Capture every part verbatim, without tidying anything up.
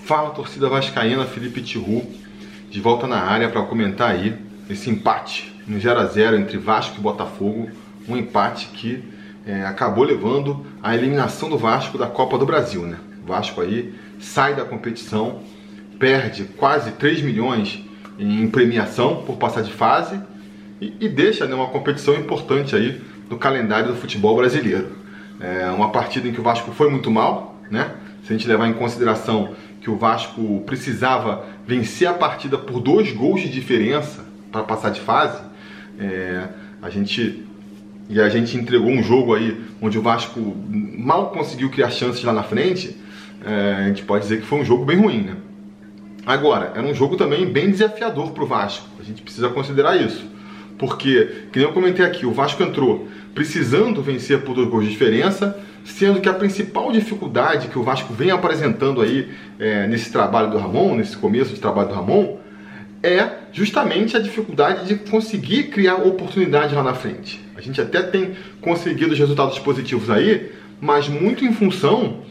Fala, torcida vascaína, Felipe Tiru, de volta na área para comentar aí esse empate no zero a zero entre Vasco e Botafogo, um empate que é, acabou levando à eliminação do Vasco da Copa do Brasil, né? O Vasco aí sai da competição, perde quase três milhões em premiação por passar de fase e, e deixa, né, uma competição importante aí no calendário do futebol brasileiro. É uma partida em que o Vasco foi muito mal, né? Se a gente levar em consideração que o Vasco precisava vencer a partida por dois gols de diferença para passar de fase, é, a gente e a gente entregou um jogo aí onde o Vasco mal conseguiu criar chances lá na frente. É, a gente pode dizer que foi um jogo bem ruim, né? Agora, era um jogo também bem desafiador para o Vasco. A gente precisa considerar isso, porque, que nem eu comentei aqui, o Vasco entrou precisando vencer por dois gols de diferença, sendo que a principal dificuldade que o Vasco vem apresentando aí é, nesse trabalho do Ramon, nesse começo de trabalho do Ramon, é justamente a dificuldade de conseguir criar oportunidade lá na frente. A gente até tem conseguido os resultados positivos aí, mas muito em função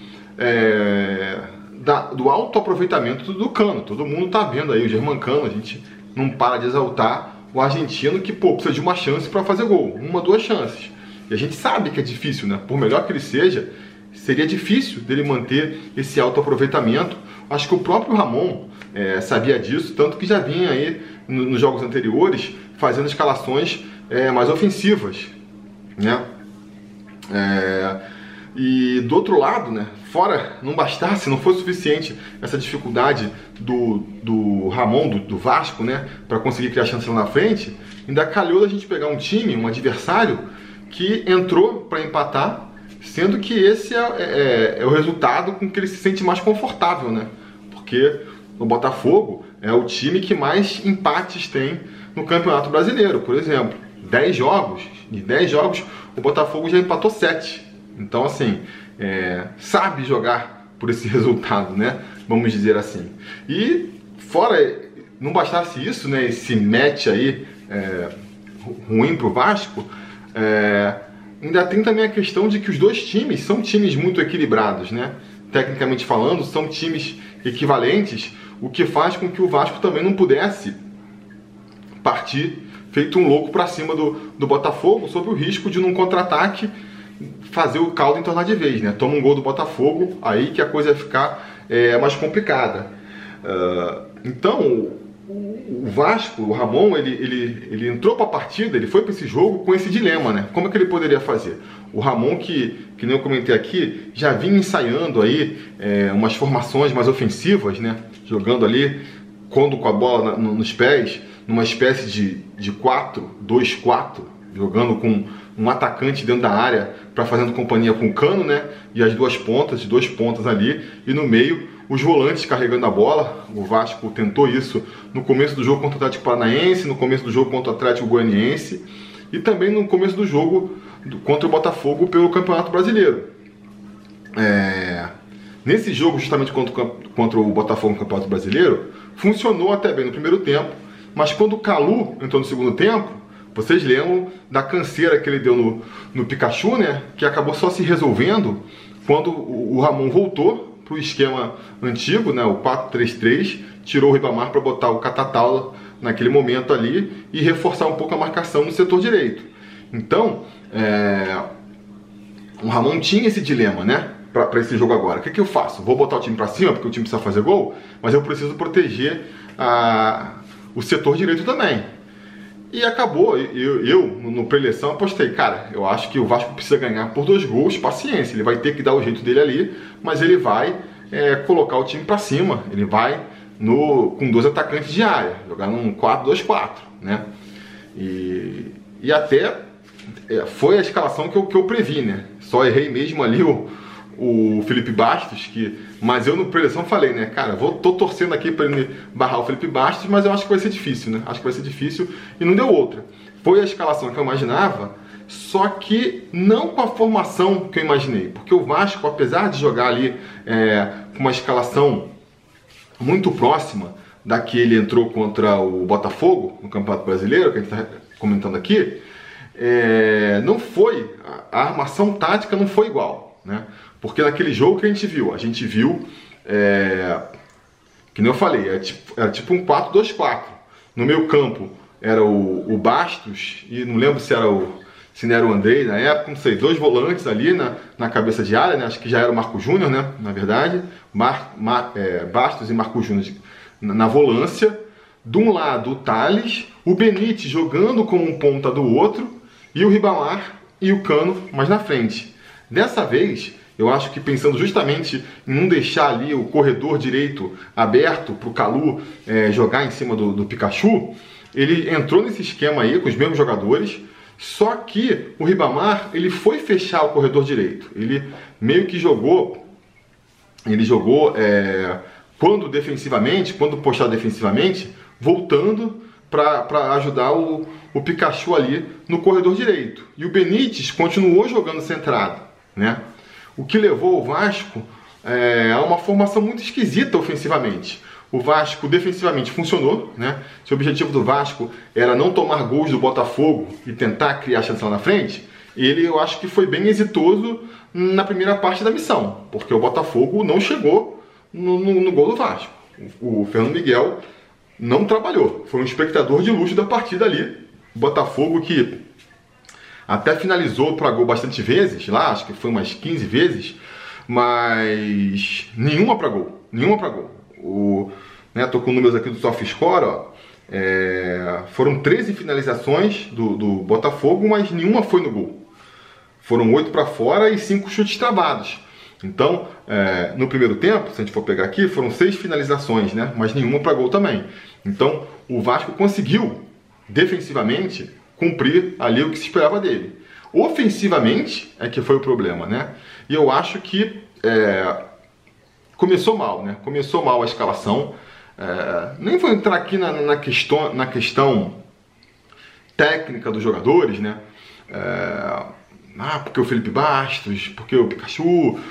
é, da, do alto aproveitamento do Cano. Todo mundo está vendo aí o Germancano, a gente não para de exaltar o argentino que, pô, precisa de uma chance para fazer gol, uma, duas chances. E a gente sabe que é difícil, né? Por melhor que ele seja, seria difícil dele manter esse alto aproveitamento. Acho que o próprio Ramon é, sabia disso, tanto que já vinha aí no, nos jogos anteriores fazendo escalações é, mais ofensivas, né? É, e do outro lado, né? Fora, não bastasse, não foi suficiente essa dificuldade do, do Ramon, do, do Vasco, né? Para conseguir criar chance lá na frente, ainda calhou da gente pegar um time, um adversário que entrou para empatar, sendo que esse é, é, é o resultado com que ele se sente mais confortável, né? Porque o Botafogo é o time que mais empates tem no Campeonato Brasileiro, por exemplo. dez jogos, de dez jogos, o Botafogo já empatou sete. Então, assim, é, sabe jogar por esse resultado, né? Vamos dizer assim. E, fora, não bastasse isso, né? Esse match aí é, ruim pro Vasco, É, ainda tem também a questão de que os dois times são times muito equilibrados, né? Tecnicamente falando, são times equivalentes, o que faz com que o Vasco também não pudesse partir feito um louco para cima do, do Botafogo, sob o risco de, num contra-ataque, fazer o caldo entornar de vez, né? Toma um gol do Botafogo, aí que a coisa vai ficar é, mais complicada. Uh, então, o Vasco, o Ramon, ele, ele, ele entrou para a partida, ele foi para esse jogo com esse dilema, né? Como é que ele poderia fazer? O Ramon, que, que nem eu comentei aqui, já vinha ensaiando aí é, umas formações mais ofensivas, né? Jogando ali, quando com a bola na, nos pés, numa espécie de, de quatro dois quatro, jogando com um atacante dentro da área para fazendo companhia com o Cano, né? E as duas pontas, dois pontas ali, e no meio os volantes carregando a bola. O Vasco tentou isso no começo do jogo contra o Atlético Paranaense, no começo do jogo contra o Atlético Goianiense e também no começo do jogo contra o Botafogo pelo Campeonato Brasileiro. É... Nesse jogo, justamente contra, contra o Botafogo no Campeonato Brasileiro, funcionou até bem no primeiro tempo, mas quando o Calu entrou no segundo tempo, vocês lembram da canseira que ele deu no, no Pikachu, né? Que acabou só se resolvendo quando o, o Ramon voltou para o esquema antigo, né, o quatro três três, tirou o Ribamar para botar o Catatal naquele momento ali e reforçar um pouco a marcação no setor direito. Então, é, o Ramon tinha esse dilema, né, para esse jogo agora. O que, que eu faço? Vou botar o time para cima porque o time precisa fazer gol, mas eu preciso proteger a, o setor direito também. E acabou, eu, eu no pré-eleição apostei, cara, eu acho que o Vasco precisa ganhar por dois gols, paciência, ele vai ter que dar o jeito dele ali, mas ele vai é, colocar o time para cima, ele vai no, com dois atacantes de área, jogar num quatro dois quatro, né? E, e até é, foi a escalação que eu, que eu previ, né? Só errei mesmo ali o, o Felipe Bastos, que, mas eu no pré-eleição falei, né, cara, vou, tô torcendo aqui para ele barrar o Felipe Bastos, mas eu acho que vai ser difícil, né, acho que vai ser difícil, e não deu outra. Foi a escalação que eu imaginava, só que não com a formação que eu imaginei, porque o Vasco, apesar de jogar ali é, com uma escalação muito próxima da que ele entrou contra o Botafogo no Campeonato Brasileiro, que a gente está comentando aqui, é, não foi, a armação tática não foi igual, né? Porque naquele jogo que a gente viu, a gente viu é, Que nem eu falei, era tipo, era tipo um quatro dois quatro. No meio campo era o, o Bastos, e não lembro se era o, se não era o Andrei na época, não sei, dois volantes ali na, na cabeça de área, né? Acho que já era o Marco Júnior, né? Na verdade, Mar, Mar, é, Bastos e Marco Júnior na, na volância. De um lado o Thales, o Benítez jogando como um ponta do outro, e o Ribamar e o Cano mais na frente. Dessa vez, eu acho que pensando justamente em não deixar ali o corredor direito aberto para o Calu é, jogar em cima do, do Pikachu, ele entrou nesse esquema aí com os mesmos jogadores, só que o Ribamar ele foi fechar o corredor direito. Ele meio que jogou, ele jogou é, quando defensivamente, quando postar defensivamente, voltando para ajudar o, o Pikachu ali no corredor direito. E o Benítez continuou jogando centrado, né? O que levou o Vasco é, a uma formação muito esquisita ofensivamente. O Vasco defensivamente funcionou, né? Se o objetivo do Vasco era não tomar gols do Botafogo e tentar criar chance lá na frente, ele eu acho que foi bem exitoso na primeira parte da missão, porque o Botafogo não chegou no, no, no gol do Vasco. O, o Fernando Miguel não trabalhou, foi um espectador de luxo da partida ali. O Botafogo que até finalizou para gol bastante vezes, lá acho que foi umas quinze vezes, mas nenhuma para gol, nenhuma para gol. O, né, tô com números aqui do SofaScore, ó, é, foram treze finalizações do, do Botafogo, mas nenhuma foi no gol. Foram oito para fora e cinco chutes travados. Então, é, no primeiro tempo, se a gente for pegar aqui, foram seis finalizações, né, mas nenhuma para gol também. Então, o Vasco conseguiu, defensivamente, cumprir ali o que se esperava dele. Ofensivamente é que foi o problema, né? E eu acho que é, começou mal, né? Começou mal a escalação. É, nem vou entrar aqui na, na, questão, na questão técnica dos jogadores, né? É, ah, porque o Felipe Bastos, porque o Pikachu.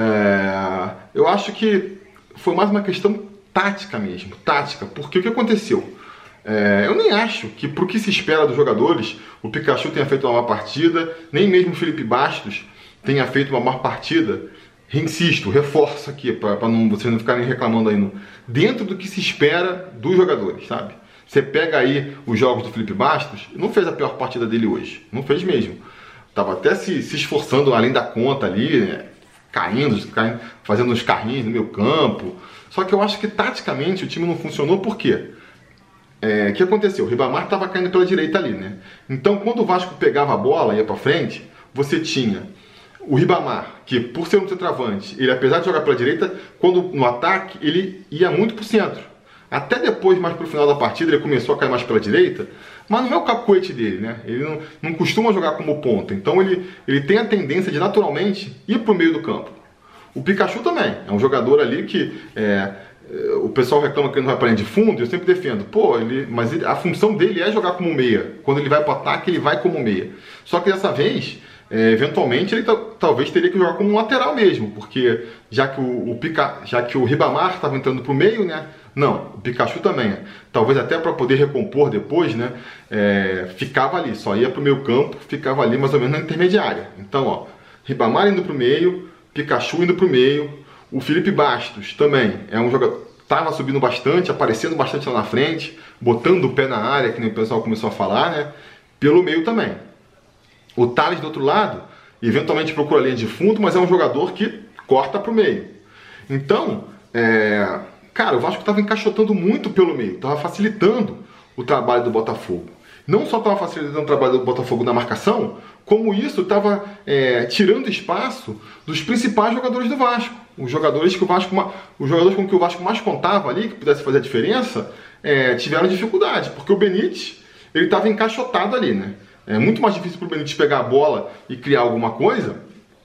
É, eu acho que foi mais uma questão tática mesmo, tática. Porque o que aconteceu? É, eu nem acho que, pro que se espera dos jogadores, o Pikachu tenha feito uma má partida, nem mesmo o Felipe Bastos tenha feito uma má partida. Insisto, reforço aqui, para não, vocês não ficarem reclamando aí. No, dentro do que se espera dos jogadores, sabe? Você pega aí os jogos do Felipe Bastos, não fez a pior partida dele hoje, não fez mesmo. Tava até se, se esforçando além da conta ali, né? caindo, caindo, fazendo uns carrinhos no meio campo. Só que eu acho que taticamente o time não funcionou, por quê? É, o que aconteceu? O Ribamar estava caindo pela direita ali, né? Então, quando o Vasco pegava a bola e ia para frente, você tinha o Ribamar, que por ser um centroavante, ele apesar de jogar pela direita, quando no ataque, ele ia muito para o centro. Até depois, mais para o final da partida, ele começou a cair mais pela direita, mas não é o cacoete dele, né? Ele não, não costuma jogar como ponta, então ele, ele tem a tendência de naturalmente ir para o meio do campo. O Pikachu também, é um jogador ali que... É, o pessoal reclama que ele não vai para a linha de fundo, eu sempre defendo, pô, ele, mas ele, a função dele é jogar como meia. Quando ele vai para o ataque, ele vai como meia. Só que dessa vez, é, eventualmente, ele talvez teria que jogar como lateral mesmo, porque já que o, o, Pica, já que o Ribamar estava entrando para o meio, né? Não, o Pikachu também. Talvez até para poder recompor depois, né? É, ficava ali, só ia para o meio campo, ficava ali mais ou menos na intermediária. Então, ó, Ribamar indo para o meio, Pikachu indo para o meio. O Felipe Bastos também é um jogador, estava subindo bastante, aparecendo bastante lá na frente, botando o pé na área, que nem o pessoal começou a falar, né? Pelo meio também. O Thales do outro lado, eventualmente procura a linha de fundo, mas é um jogador que corta para o meio. Então, é, cara, o Vasco estava encaixotando muito pelo meio, estava facilitando o trabalho do Botafogo. Não só estava facilitando o trabalho do Botafogo na marcação, como isso estava é, tirando espaço dos principais jogadores do Vasco. Os jogadores, que o Vasco, os jogadores com que o Vasco mais contava ali, que pudesse fazer a diferença, é, tiveram dificuldade, porque o Benítez ele estava encaixotado ali, né? É muito mais difícil para o Benítez pegar a bola e criar alguma coisa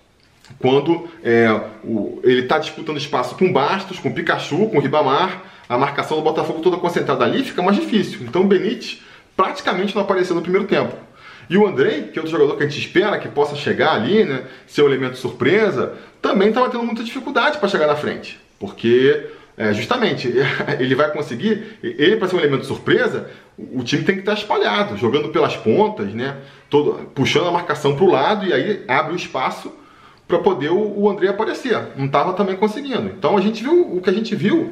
quando é, o, ele está disputando espaço com o Bastos, com o Pikachu, com o Ribamar. A marcação do Botafogo toda concentrada ali fica mais difícil. Então o Benítez praticamente não apareceu no primeiro tempo. E o Andrei, que é outro jogador que a gente espera que possa chegar ali, né, ser um elemento surpresa, também estava tendo muita dificuldade para chegar na frente. Porque, é, justamente, ele vai conseguir, ele para ser um elemento surpresa, o time tem que estar espalhado, jogando pelas pontas, né, todo, puxando a marcação para o lado, e aí abre o espaço para poder o, o Andrei aparecer. Não estava também conseguindo. Então a gente viu, o que a gente viu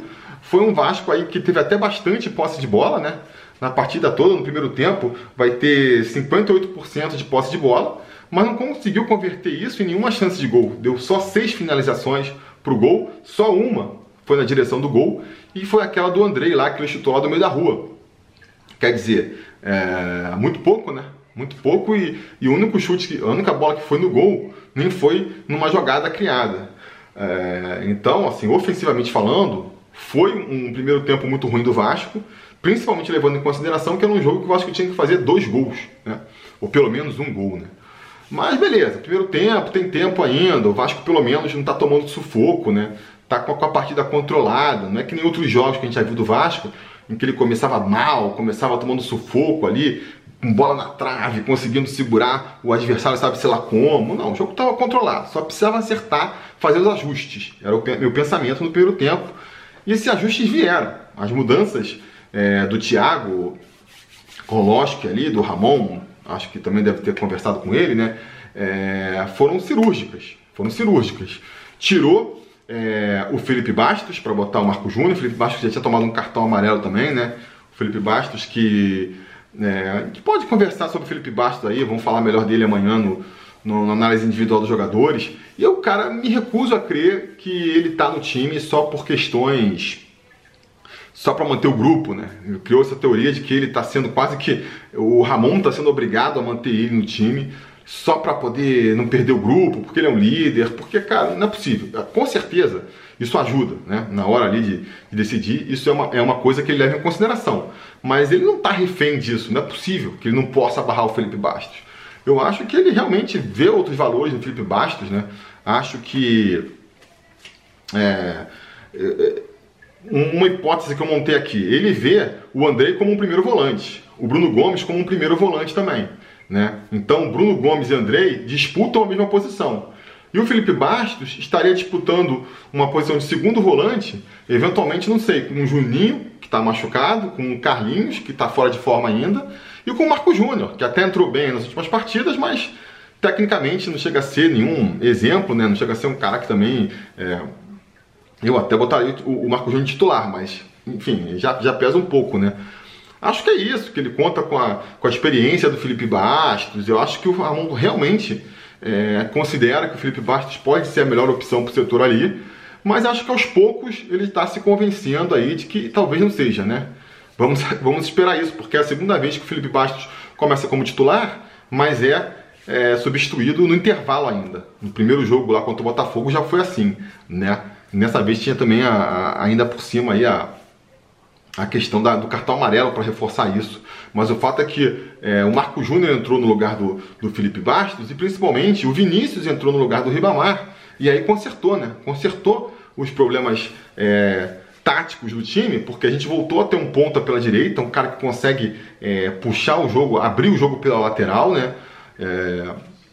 foi um Vasco aí que teve até bastante posse de bola, né? Na partida toda, no primeiro tempo, vai ter cinquenta e oito por cento de posse de bola, mas não conseguiu converter isso em nenhuma chance de gol. Deu só seis finalizações pro gol, só uma foi na direção do gol, e foi aquela do Andrei lá, que ele chutou lá do meio da rua. Quer dizer, é, muito pouco, né? Muito pouco, e, e o único chute, que, a única bola que foi no gol, nem foi numa jogada criada. É, então, assim, ofensivamente falando, foi um primeiro tempo muito ruim do Vasco, principalmente levando em consideração que era um jogo que o Vasco tinha que fazer dois gols, né? Ou pelo menos um gol, né? Mas beleza, primeiro tempo, tem tempo ainda, o Vasco pelo menos não está tomando sufoco, né? Tá com a partida controlada, não é que nem outros jogos que a gente já viu do Vasco, em que ele começava mal, começava tomando sufoco ali, com bola na trave, conseguindo segurar o adversário, sabe-se lá como. Não, o jogo estava controlado, só precisava acertar, fazer os ajustes. Era o meu pensamento no primeiro tempo. E esses ajustes vieram. As mudanças é, do Thiago Koloski ali, do Ramon, acho que também deve ter conversado com ele, né? É, foram cirúrgicas. Foram cirúrgicas. Tirou é, o Felipe Bastos para botar o Marco Júnior. O Felipe Bastos já tinha tomado um cartão amarelo também, né? O Felipe Bastos que... É, a gente pode conversar sobre o Felipe Bastos aí, vamos falar melhor dele amanhã no, no, na análise individual dos jogadores. E eu, cara, me recuso a crer que ele tá no time só por questões... só para manter o grupo, né? Criou essa teoria de que ele tá sendo quase que... o Ramon tá sendo obrigado a manter ele no time só para poder não perder o grupo, porque ele é um líder, porque, cara, não é possível. Com certeza, isso ajuda, né? Na hora ali de, de decidir, isso é uma, é uma coisa que ele leva em consideração. Mas ele não tá refém disso, não é possível que ele não possa barrar o Felipe Bastos. Eu acho que ele realmente vê outros valores no Felipe Bastos, né? Acho que... É, é, uma hipótese que eu montei aqui, ele vê o Andrei como um primeiro volante, o Bruno Gomes como um primeiro volante também, né? Então Bruno Gomes e Andrei disputam a mesma posição, e o Felipe Bastos estaria disputando uma posição de segundo volante, eventualmente, não sei, com o Juninho, que está machucado, com o Carlinhos, que está fora de forma ainda, e com o Marco Júnior, que até entrou bem nas últimas partidas, mas tecnicamente não chega a ser nenhum exemplo, né? Não chega a ser um cara que também... É, eu até botaria o Marco Júnior titular, mas, enfim, já, já pesa um pouco, né? Acho que é isso, que ele conta com a, com a experiência do Felipe Bastos. Eu acho que o Ramon realmente é, considera que o Felipe Bastos pode ser a melhor opção para o setor ali, mas acho que aos poucos ele está se convencendo aí de que talvez não seja, né? Vamos, vamos esperar isso, porque é a segunda vez que o Felipe Bastos começa como titular, mas é, é substituído no intervalo ainda. No primeiro jogo lá contra o Botafogo já foi assim, né? Nessa vez tinha também a, a, ainda por cima aí a, a questão da, do cartão amarelo para reforçar isso. Mas o fato é que é, o Marco Júnior entrou no lugar do, do Felipe Bastos e principalmente o Vinícius entrou no lugar do Ribamar. E aí consertou, né? Consertou os problemas é, táticos do time, porque a gente voltou a ter um ponta pela direita, um cara que consegue é, puxar o jogo, abrir o jogo pela lateral, né? É,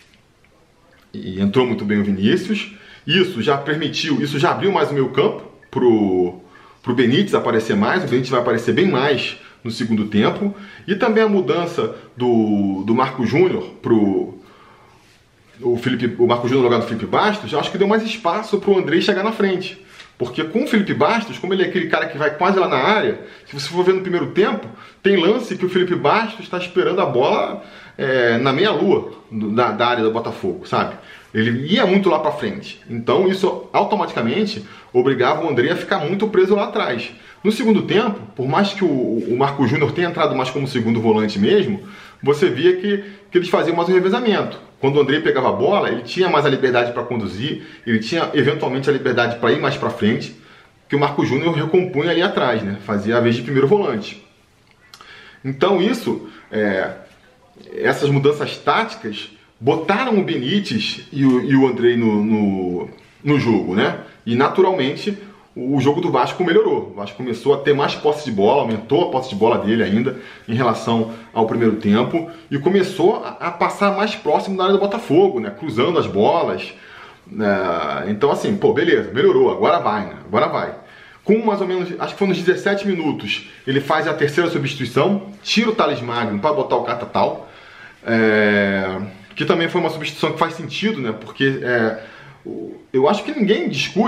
e entrou muito bem o Vinícius. Isso já permitiu, isso já abriu mais o meio campo pro, pro Benítez aparecer mais. O Benítez vai aparecer bem mais no segundo tempo. E também a mudança do, do Marco Júnior pro o, Felipe, o Marco Júnior no lugar do Felipe Bastos, eu acho que deu mais espaço pro Andrei chegar na frente. Porque com o Felipe Bastos, como ele é aquele cara que vai quase lá na área, se você for ver no primeiro tempo, tem lance que o Felipe Bastos está esperando a bola é, na meia-lua da, da área do Botafogo, sabe? Ele ia muito lá para frente. Então isso automaticamente obrigava o Andrei a ficar muito preso lá atrás. No segundo tempo, por mais que o, o Marco Júnior tenha entrado mais como segundo volante mesmo, você via que, que eles faziam mais um revezamento. Quando o Andrei pegava a bola, ele tinha mais a liberdade para conduzir, ele tinha eventualmente a liberdade para ir mais para frente, que o Marco Júnior recompunha ali atrás, né? Fazia a vez de primeiro volante. Então isso, é, essas mudanças táticas botaram o Benítez e o, e o Andrei no, no, no jogo, né? E naturalmente o jogo do Vasco melhorou. O Vasco começou a ter mais posse de bola, aumentou a posse de bola dele ainda em relação ao primeiro tempo e começou a, a passar mais próximo da área do Botafogo, né? Cruzando as bolas. Né? Então assim, pô, beleza, melhorou, agora vai, né? Agora vai. Com mais ou menos, acho que foi nos dezessete minutos, ele faz a terceira substituição, tira o Thales Magno para botar o Catatal. É... que também foi uma substituição que faz sentido, né? Porque é, eu acho que ninguém discute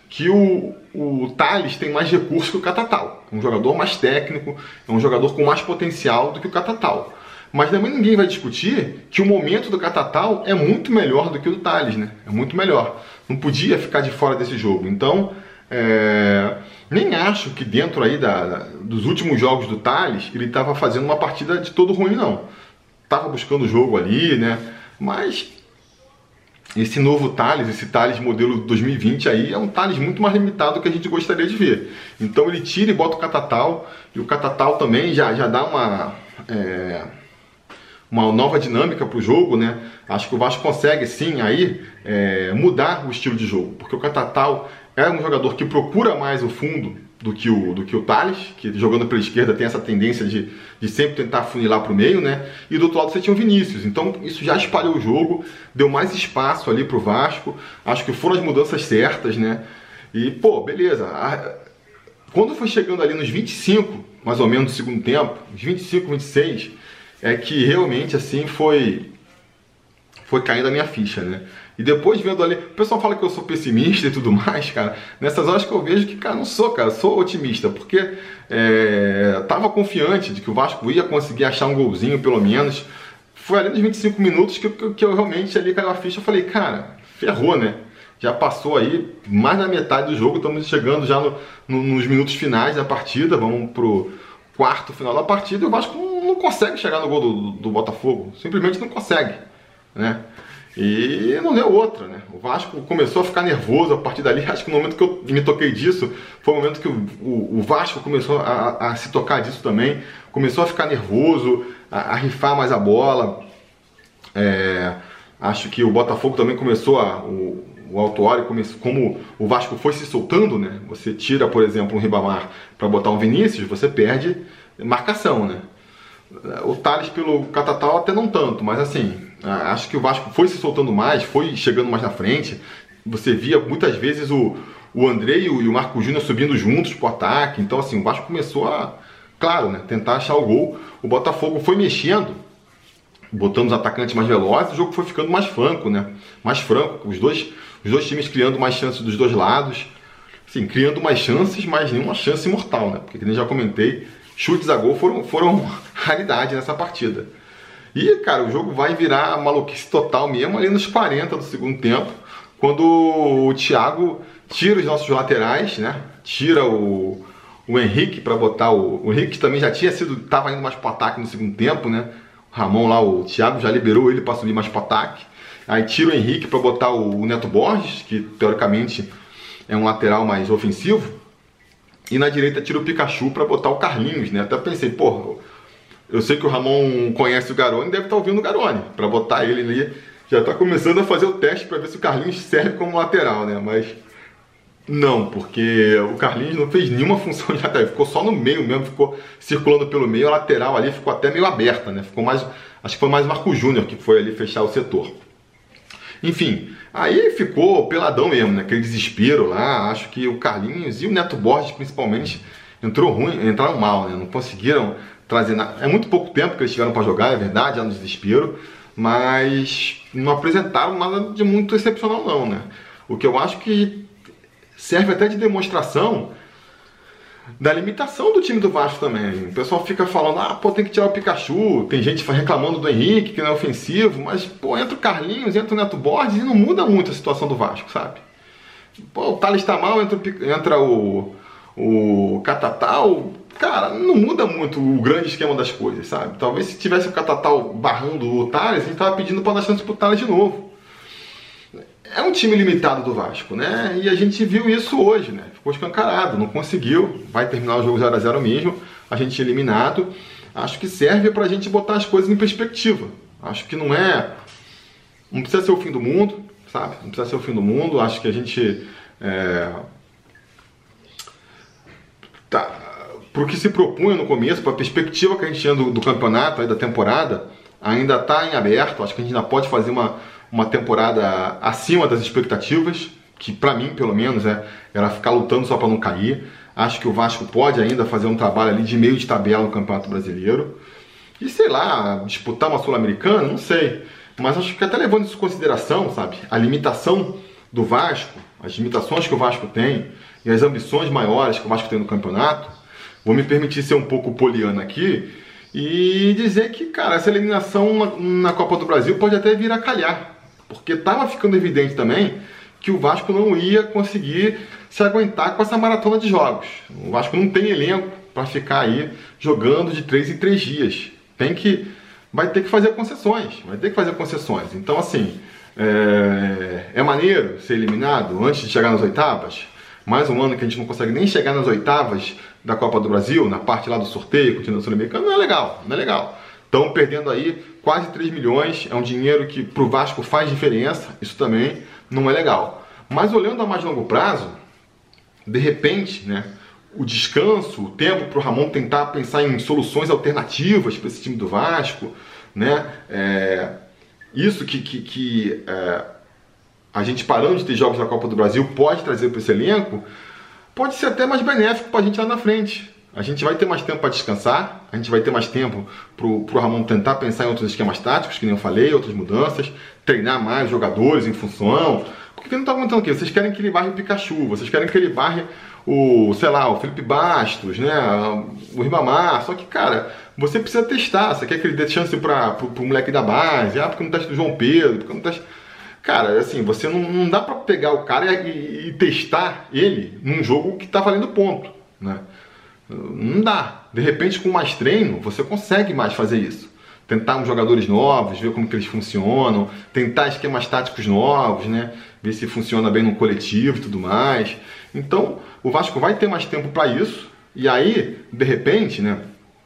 que o, o Tales tem mais recursos que o Catatal. É um jogador mais técnico, é um jogador com mais potencial do que o Catatal. Mas também ninguém vai discutir que o momento do Catatal é muito melhor do que o do Tales, né? É muito melhor. Não podia ficar de fora desse jogo. Então, é... nem acho que dentro aí da, dos últimos jogos do Tales, ele estava fazendo uma partida de todo ruim, não. Estava buscando o jogo ali, né? Mas esse novo Tales, esse Tales modelo dois mil e vinte aí, é um Tales muito mais limitado do que a gente gostaria de ver. Então ele tira e bota o Catatal, e o Catatal também já, já dá uma... É... uma nova dinâmica para o jogo, né? Acho que o Vasco consegue sim aí é, mudar o estilo de jogo, porque o Catatal é um jogador que procura mais o fundo do que o, do que o Tales, que jogando pela esquerda tem essa tendência de, de sempre tentar funilar para o meio, né? E do outro lado você tinha o Vinícius, então isso já espalhou o jogo, deu mais espaço ali para o Vasco, acho que foram as mudanças certas, né? E pô, beleza, a, quando foi chegando ali nos vinte e cinco, mais ou menos do segundo tempo, os vinte e cinco, vinte e seis, é que realmente assim foi foi caindo a minha ficha, né? E depois vendo ali, o pessoal fala que eu sou pessimista e tudo mais, cara. Nessas horas que eu vejo que, cara, não sou, cara, sou otimista, porque é, tava confiante de que o Vasco ia conseguir achar um golzinho, pelo menos. Foi ali nos vinte e cinco minutos que, que, que eu realmente ali caiu a ficha. Eu falei, cara, ferrou, né? Já passou aí mais da metade do jogo, estamos chegando já no, no, nos minutos finais da partida, vamos pro quarto final da partida e o Vasco não, não consegue chegar no gol do, do Botafogo, simplesmente não consegue, né? E não deu outra, né? O Vasco começou a ficar nervoso a partir dali. Acho que no momento que eu me toquei disso, foi o momento que o, o, o Vasco começou a, a se tocar disso também. Começou a ficar nervoso, a, a rifar mais a bola. É, acho que o Botafogo também começou a... O, o Autuori, como o Vasco foi se soltando, né? Você tira, por exemplo, um Ribamar para botar um Vinícius, você perde marcação, né? O Tales pelo Catatal até não tanto, mas assim, acho que o Vasco foi se soltando mais, foi chegando mais na frente. Você via muitas vezes o, o André e o Marco Júnior subindo juntos pro ataque. Então assim, o Vasco começou a, claro, né, tentar achar o gol. O Botafogo foi mexendo, botando os atacantes mais velozes, o jogo foi ficando mais franco, né? Mais franco, os dois, os dois times criando mais chances dos dois lados. Assim, criando mais chances, mas nenhuma chance mortal, né? Porque, como eu já comentei, chutes a gol foram, foram raridade nessa partida. E, cara, o jogo vai virar maluquice total mesmo ali nos quarenta do segundo tempo, quando o Thiago tira os nossos laterais, né? Tira o, o Henrique para botar o... O Henrique também já tinha sido... Tava indo mais pro ataque no segundo tempo, né? O Ramon lá, o Thiago já liberou ele para subir mais pro ataque. Aí tira o Henrique para botar o, o Neto Borges, que teoricamente é um lateral mais ofensivo. E na direita tira o Pikachu para botar o Carlinhos, né? Até pensei, porra, eu sei que o Ramon conhece o Garone, deve estar ouvindo o Garone, para botar ele ali. Já está começando a fazer o teste para ver se o Carlinhos serve como lateral, né? Mas não, porque o Carlinhos não fez nenhuma função de lateral, ficou só no meio mesmo, ficou circulando pelo meio, a lateral ali ficou até meio aberta, né? Ficou mais, acho que foi mais o Marco Júnior que foi ali fechar o setor. Enfim, aí ficou peladão mesmo, né? Aquele desespero lá. Acho que o Carlinhos e o Neto Borges, principalmente, entrou ruim, entraram mal, né? Não conseguiram trazer nada. É muito pouco tempo que eles tiveram para jogar, é verdade, já no desespero, mas não apresentaram nada de muito excepcional, não, né? O que eu acho que serve até de demonstração da limitação do time do Vasco também. O pessoal fica falando, ah, pô, tem que tirar o Pikachu. Tem gente reclamando do Henrique, que não é ofensivo. Mas, pô, entra o Carlinhos, entra o Neto Borges e não muda muito a situação do Vasco, sabe? Pô, o Tales tá mal, entra o, entra o, o Catatal. Cara, não muda muito o grande esquema das coisas, sabe? Talvez se tivesse o Catatal barrando o Tales, a gente tava pedindo para dar chance pro Tales de novo. É um time limitado do Vasco, né? E a gente viu isso hoje, né? Ficou escancarado, não conseguiu. Vai terminar o jogo zero a zero mesmo. A gente eliminado. Acho que serve pra gente botar as coisas em perspectiva. Acho que não é... Não precisa ser o fim do mundo, sabe? Não precisa ser o fim do mundo. Acho que a gente... É... Tá... Pro que se propunha no começo, para a perspectiva que a gente tinha do, do campeonato, aí da temporada, ainda está em aberto. Acho que a gente ainda pode fazer uma... uma temporada acima das expectativas, que para mim, pelo menos, é, era ficar lutando só para não cair. Acho que o Vasco pode ainda fazer um trabalho ali de meio de tabela no Campeonato Brasileiro. E sei lá, disputar uma Sul-Americana, não sei. Mas acho que até levando isso em consideração, sabe, a limitação do Vasco, as limitações que o Vasco tem e as ambições maiores que o Vasco tem no campeonato, vou me permitir ser um pouco poliana aqui e dizer que, cara, essa eliminação na, na Copa do Brasil pode até vir a calhar, porque estava ficando evidente também que o Vasco não ia conseguir se aguentar com essa maratona de jogos. O Vasco não tem elenco para ficar aí jogando de três em três dias. Tem que, vai ter que fazer concessões, vai ter que fazer concessões. Então, assim, é, é maneiro ser eliminado antes de chegar nas oitavas. Mais um ano que a gente não consegue nem chegar nas oitavas da Copa do Brasil, na parte lá do sorteio, continua sul-americano, não é legal, não é legal. Estão perdendo aí quase três milhões, é um dinheiro que pro Vasco faz diferença, isso também não é legal. Mas olhando a mais longo prazo, de repente, né, o descanso, o tempo para o Ramon tentar pensar em soluções alternativas para esse time do Vasco, né, é, isso que, que, que é, a gente parando de ter jogos da Copa do Brasil pode trazer para esse elenco, pode ser até mais benéfico para a gente lá na frente. A gente vai ter mais tempo para descansar, a gente vai ter mais tempo para o Ramon tentar pensar em outros esquemas táticos, que nem eu falei, outras mudanças, treinar mais jogadores em função. Porque não está aguentando o quê? Vocês querem que ele varre o Pikachu, vocês querem que ele varre o, sei lá, o Felipe Bastos, né, o Ribamar. Só que, cara, você precisa testar, você quer que ele dê chance para o moleque da base, ah, porque não testa do João Pedro, porque não testa... Cara, assim, você não, não dá para pegar o cara e, e testar ele num jogo que está valendo ponto, né? Não dá. De repente, com mais treino, você consegue mais fazer isso. Tentar uns jogadores novos, ver como que eles funcionam, tentar esquemas táticos novos, né? Ver se funciona bem no coletivo e tudo mais. Então, o Vasco vai ter mais tempo para isso. E aí, de repente, né?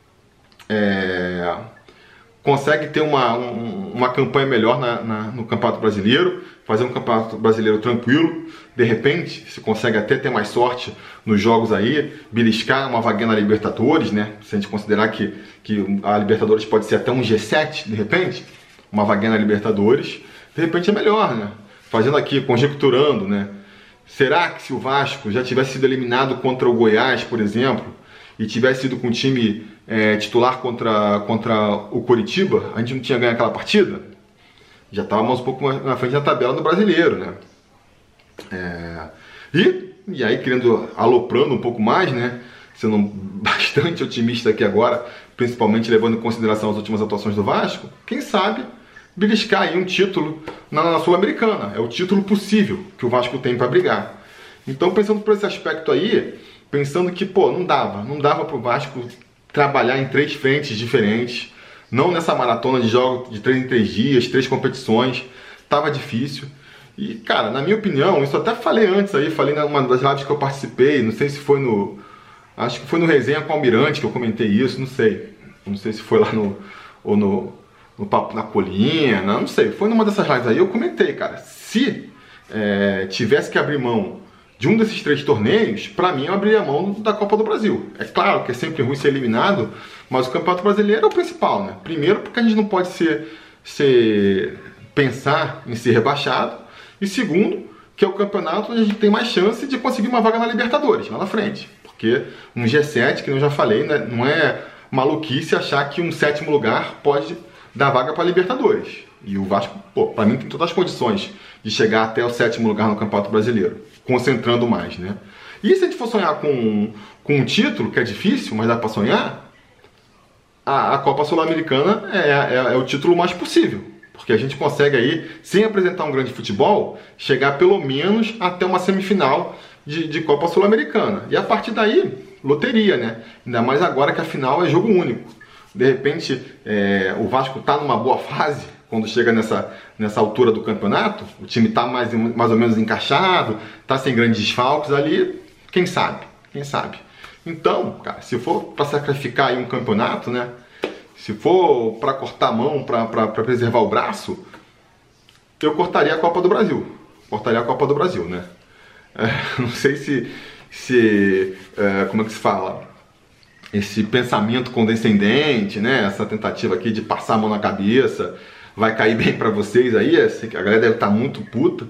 É... consegue ter uma, um, uma campanha melhor na, na, no Campeonato Brasileiro, fazer um Campeonato Brasileiro tranquilo, de repente, se consegue até ter mais sorte nos jogos aí, beliscar uma vaguinha na Libertadores, né? Se a gente considerar que, que a Libertadores pode ser até um G sete, de repente, uma vaguinha na Libertadores, de repente é melhor, né? Fazendo aqui, conjecturando, né? Será que se o Vasco já tivesse sido eliminado contra o Goiás, por exemplo, e tivesse ido com o time é, titular contra, contra o Coritiba, a gente não tinha ganho aquela partida? Já estávamos um pouco na frente da tabela do brasileiro, né? É, e, e aí, querendo, aloprando um pouco mais, né? Sendo bastante otimista aqui agora, principalmente levando em consideração as últimas atuações do Vasco, quem sabe beliscar aí um título na, na Sul-Americana. É o título possível que o Vasco tem para brigar. Então, pensando por esse aspecto aí, pensando que, pô, não dava, não dava pro Vasco trabalhar em três frentes diferentes, não nessa maratona de jogos de três em três dias, três competições, tava difícil. E, cara, na minha opinião, isso eu até falei antes aí, falei numa das lives que eu participei, não sei se foi no... Acho que foi no Resenha com o Almirante que eu comentei isso, não sei. Não sei se foi lá no... ou no, no Papo na Colina, não sei. Foi numa dessas lives aí, eu comentei, cara, se é, tivesse que abrir mão de um desses três torneios, pra mim eu abriria a mão da Copa do Brasil. É claro que é sempre ruim ser eliminado, mas o Campeonato Brasileiro é o principal, né? Primeiro porque a gente não pode ser, ser, pensar em ser rebaixado, e segundo, que é o campeonato onde a gente tem mais chance de conseguir uma vaga na Libertadores, lá na frente. Porque um G sete, que eu já falei, né, não é maluquice achar que um sétimo lugar pode dar vaga para Libertadores. E o Vasco, pô, pra mim tem todas as condições de chegar até o sétimo lugar no Campeonato Brasileiro, concentrando mais, né? E se a gente for sonhar com, com um título, que é difícil, mas dá para sonhar, a, a Copa Sul-Americana é, é, é o título mais possível. Porque a gente consegue aí, sem apresentar um grande futebol, chegar pelo menos até uma semifinal de, de Copa Sul-Americana. E a partir daí, loteria, né? Ainda mais agora que a final é jogo único. De repente, é, o Vasco está numa boa fase, quando chega nessa, nessa altura do campeonato, o time está mais, mais ou menos encaixado, está sem grandes desfalques ali, quem sabe? Quem sabe? Então, cara, se for para sacrificar aí um campeonato, né? Se for para cortar a mão, para preservar o braço, eu cortaria a Copa do Brasil. Cortaria a Copa do Brasil, né? É, não sei se, se é, como é que se fala? Esse pensamento condescendente, né? Essa tentativa aqui de passar a mão na cabeça, vai cair bem para vocês aí. A galera deve estar muito puta,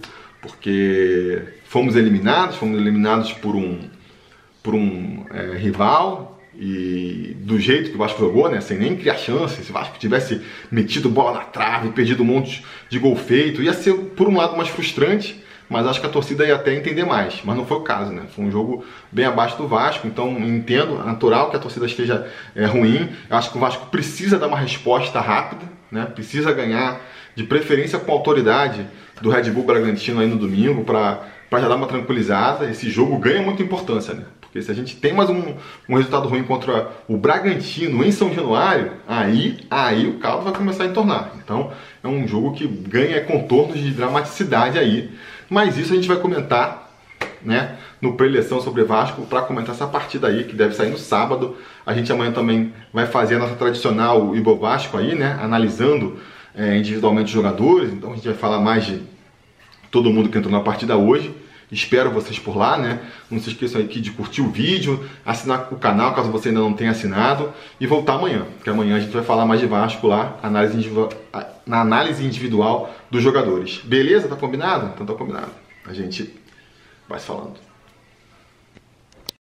porque fomos eliminados, fomos eliminados por um, por um é, rival. E do jeito que o Vasco jogou, né, sem nem criar chance, se o Vasco tivesse metido bola na trave, perdido um monte de gol feito, ia ser, por um lado, mais frustrante, mas acho que a torcida ia até entender mais, mas não foi o caso, né? Foi um jogo bem abaixo do Vasco, então entendo, é natural que a torcida esteja é, ruim. Eu acho que o Vasco precisa dar uma resposta rápida, né? Precisa ganhar, de preferência com a autoridade do Red Bull Bragantino aí no domingo, para já dar uma tranquilizada. Esse jogo ganha muita importância, né? Porque se a gente tem mais um, um resultado ruim contra o Bragantino em São Januário, aí, aí o caldo vai começar a entornar. Então é um jogo que ganha contornos de dramaticidade aí. Mas isso a gente vai comentar, né, no pré-eleição sobre Vasco, para comentar essa partida aí, que deve sair no sábado. A gente amanhã também vai fazer a nossa tradicional Ibo Vasco aí, né, analisando é, individualmente os jogadores. Então a gente vai falar mais de todo mundo que entrou na partida hoje. Espero vocês por lá, né? Não se esqueçam aqui de curtir o vídeo, assinar o canal caso você ainda não tenha assinado, e voltar amanhã, porque amanhã a gente vai falar mais de Vasco lá, análise individual, na análise individual dos jogadores. Beleza? Tá combinado? Então tá combinado. A gente vai se falando.